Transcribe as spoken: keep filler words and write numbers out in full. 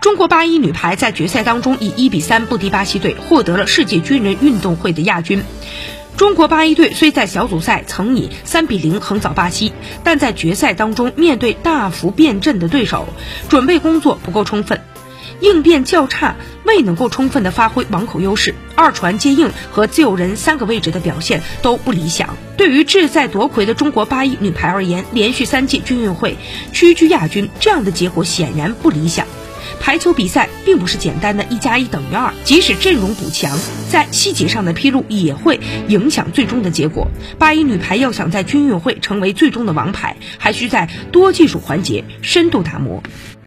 中国八一女排在决赛当中以一比三不敌巴西队，获得了世界军人运动会的亚军。中国八一队虽在小组赛曾以三比零横扫巴西，但在决赛当中面对大幅变阵的对手，准备工作不够充分，应变较差，未能够充分的发挥网口优势，二传接应和自由人三个位置的表现都不理想。对于志在夺魁的中国八一女排而言，连续三届军运会屈居亚军，这样的结果显然不理想。排球比赛并不是简单的一加一等于二，即使阵容补强，在细节上的纰漏也会影响最终的结果。八一女排要想在军运会成为最终的王牌，还需在多技术环节深度打磨。